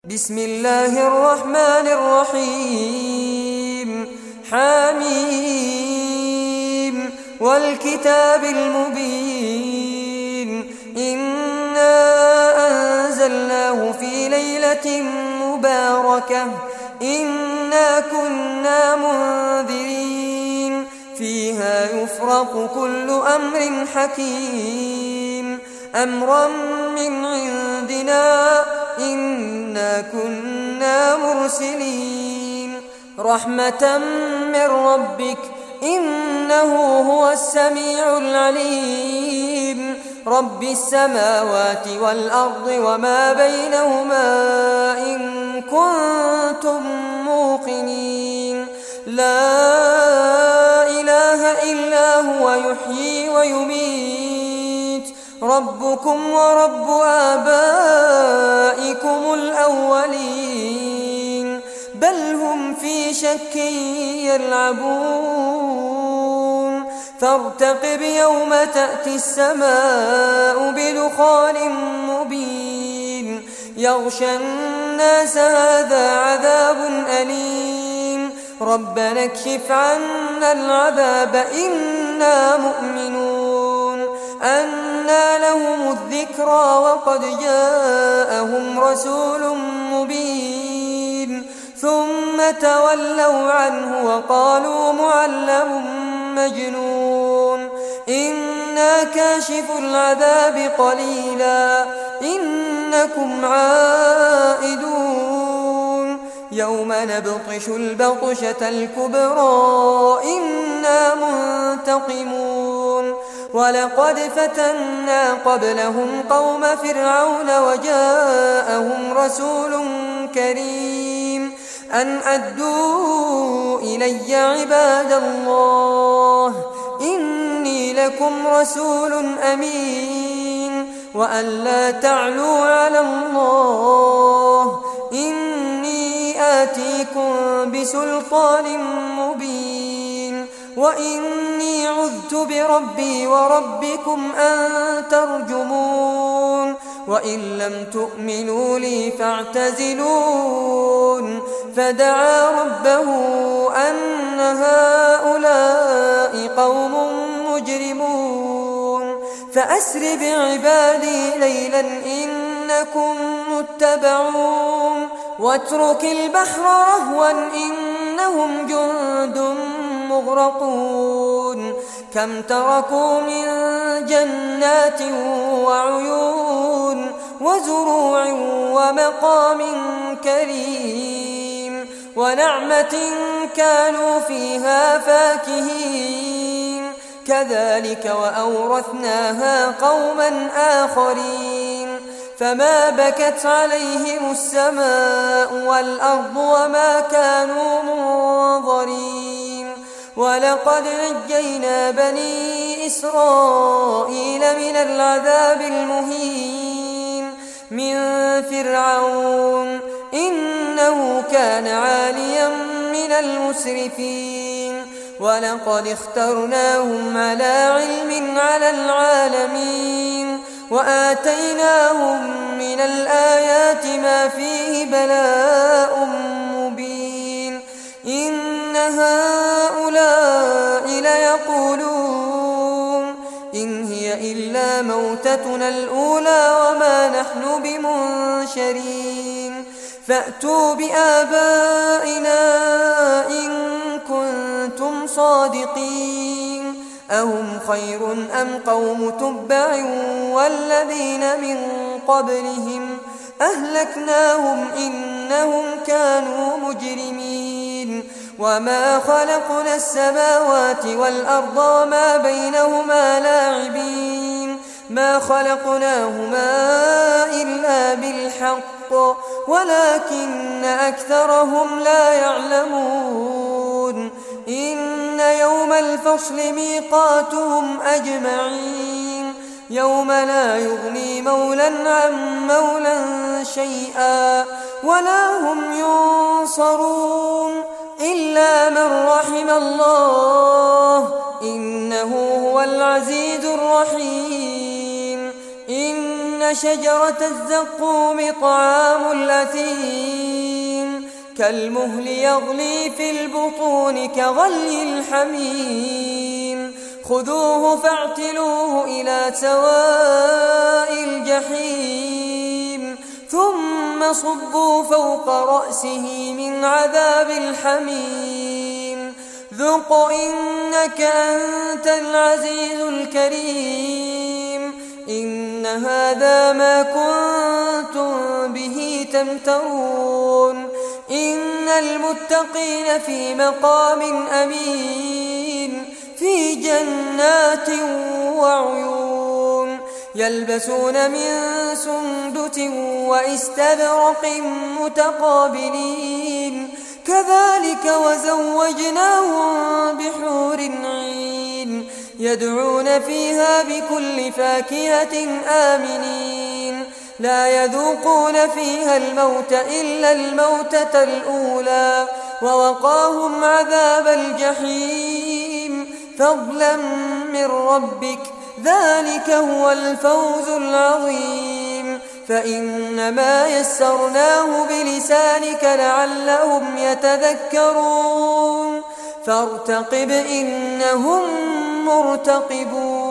بسم الله الرحمن الرحيم حميم والكتاب المبين إنا أنزلناه في ليلة مباركة إنا كنا منذرين فيها يفرق كل أمر حكيم أمرا من عندنا إنا كنا مرسلين رحمة من ربك إنه هو السميع العليم رب السماوات والأرض وما بينهما إن كنتم موقنين لا إله إلا هو يحيي ويميت ربكم ورب آبائكم الأولين بل هم في شك يلعبون فارتقب يوم تأتي السماء بدخان مبين يغشى الناس هذا عذاب أليم ربنا اكشف عنا العذاب إنا مؤمنون أنى لهم الذكرى وقد جاءهم رسول مبين ثم تولوا عنه وقالوا معلم مجنون إنا كاشف العذاب قليلا إنكم عائدون يوم نبطش البطشة الكبرى إنا منتقمون ولقد فتنا قبلهم قوم فرعون وجاءهم رسول كريم أن أدوا إلي عباد الله إني لكم رسول أمين وأن لا تعلوا على الله إني آتيكم بسلطان مبين وإني عذت بربي وربكم أن ترجمون وإن لم تؤمنوا لي فاعتزلون فدعا ربه أن هؤلاء قوم مجرمون فأسر بعبادي ليلا إنكم متبعون واترك البحر رهوا إنهم جند مغرقون كم تركوا من جنات وعيون وزروع ومقام كريم ونعمة كانوا فيها فاكهين كذلك وأورثناها قوما آخرين فما بكت عليهم السماء والأرض وما كانوا منظرين ولقد نجينا بني إسرائيل من العذاب المهين من فرعون إنه كان عاليا من المسرفين ولقد اخترناهم على علم على العالمين وآتيناهم من الآيات ما فيه بلاء مبين إن هؤلاء ليقولون إن هي إلا موتتنا الأولى وما نحن بمنشرين فأتوا بآبائنا إن كنتم صادقين أهم خير أم قوم تبع والذين من قبلهم أهلكناهم إنهم كانوا مجرمين وما خلقنا السماوات والأرض وما بينهما لاعبين ما خلقناهما إلا بالحق ولكن أكثرهم لا يعلمون إن يوم الفصل ميقاتهم أجمعين يوم لا يغني مولا عن مولا شيئا ولا هم ينصرون إلا من رحم الله إنه هو العزيز الرحيم إن شجرة الزقوم طعام الأثيم كالمهل يغلي في البطون كغلي الحميم خذوه فاعتلوه إلى سواء الجحيم ثم صبوا فوق رأسه من عذاب الحميم ذق إنك أنت العزيز الكريم إن هذا ما كنتم به تمترون إن المتقين في مقام أمين في جنات وعيون يلبسون من سندس وإستبرق متقابلين كذلك وزوجناهم بحور عين يدعون فيها بكل فاكهة آمنين لا يذوقون فيها الموت إلا الموتة الأولى ووقاهم عذاب الجحيم فضلا من ربك ذلك هو الفوز العظيم فإنما يسرناه بلسانك لعلهم يتذكرون فارتقب إنهم مرتقبون